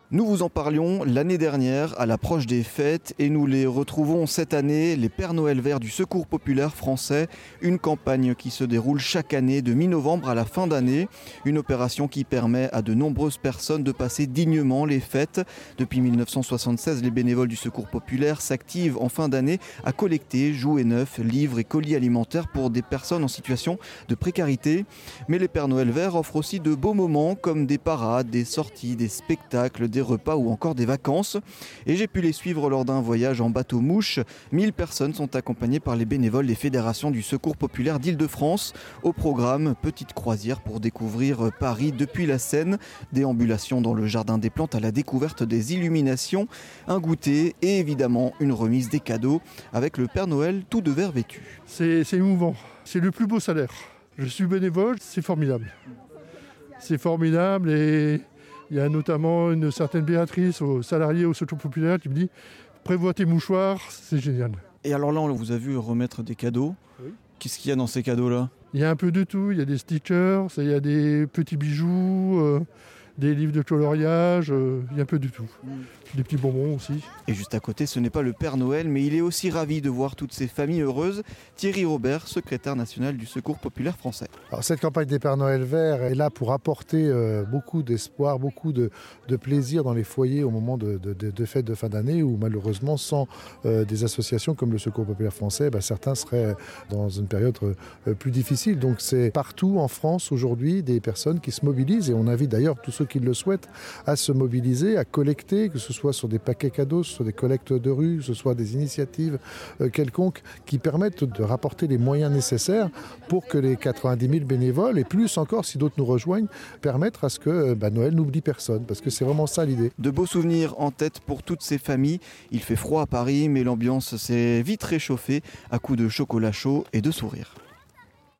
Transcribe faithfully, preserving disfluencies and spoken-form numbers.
Nous vous en parlions l'année dernière à l'approche des fêtes et nous les retrouvons cette année, les Pères Noël verts du Secours populaire français, une campagne qui se déroule chaque année de mi-novembre à la fin d'année, une opération qui permet à de nombreuses personnes de passer dignement les fêtes. Depuis mille neuf cent soixante-seize, les bénévoles du Secours populaire s'activent en fin d'année à collecter jouets neufs, livres et colis alimentaires pour des personnes en situation de précarité. Mais les Pères Noël verts offrent aussi de beaux moments comme des parades, des sorties, des spectacles, des repas ou encore des vacances. Et j'ai pu les suivre lors d'un voyage en bateau-mouche. mille personnes sont accompagnées par les bénévoles des fédérations du Secours populaire d'Île-de-France. Au programme, petite croisière pour découvrir Paris depuis la Seine, déambulation dans le jardin des plantes à la découverte des illuminations, un goûter et évidemment une remise des cadeaux avec le Père Noël tout de vert vêtu. C'est, c'est émouvant, c'est le plus beau salaire. Je suis bénévole, c'est formidable. C'est formidable et il y a notamment une certaine Béatrice, aux salariés au Secours populaire, qui me dit « Prévois tes mouchoirs, c'est génial ». Et alors là, on vous a vu remettre des cadeaux. Oui. Qu'est-ce qu'il y a dans ces cadeaux-là ? Il y a un peu de tout, il y a des stickers, il y a des petits bijoux, euh, des livres de coloriage, euh, il y a un peu de tout. Mmh. Des petits bonbons aussi. Et juste à côté, ce n'est pas le Père Noël, mais il est aussi ravi de voir toutes ces familles heureuses. Thierry Robert, secrétaire national du Secours populaire français. Alors, cette campagne des Pères Noël verts est là pour apporter euh, beaucoup d'espoir, beaucoup de, de plaisir dans les foyers au moment de, de, de, de fêtes de fin d'année où malheureusement, sans euh, des associations comme le Secours populaire français, bah, certains seraient dans une période euh, plus difficile. Donc c'est partout en France aujourd'hui des personnes qui se mobilisent et on invite d'ailleurs tous ceux qui le souhaitent à se mobiliser, à collecter, que ce soit sur des paquets cadeaux, sur des collectes de rue, que ce soit des initiatives euh, quelconques qui permettent de rapporter les moyens nécessaires pour que les quatre-vingt-dix mille bénévoles, et plus encore si d'autres nous rejoignent, permettent à ce que bah, Noël n'oublie personne, parce que c'est vraiment ça l'idée. De beaux souvenirs en tête pour toutes ces familles. Il fait froid à Paris, mais l'ambiance s'est vite réchauffée à coups de chocolat chaud et de sourires.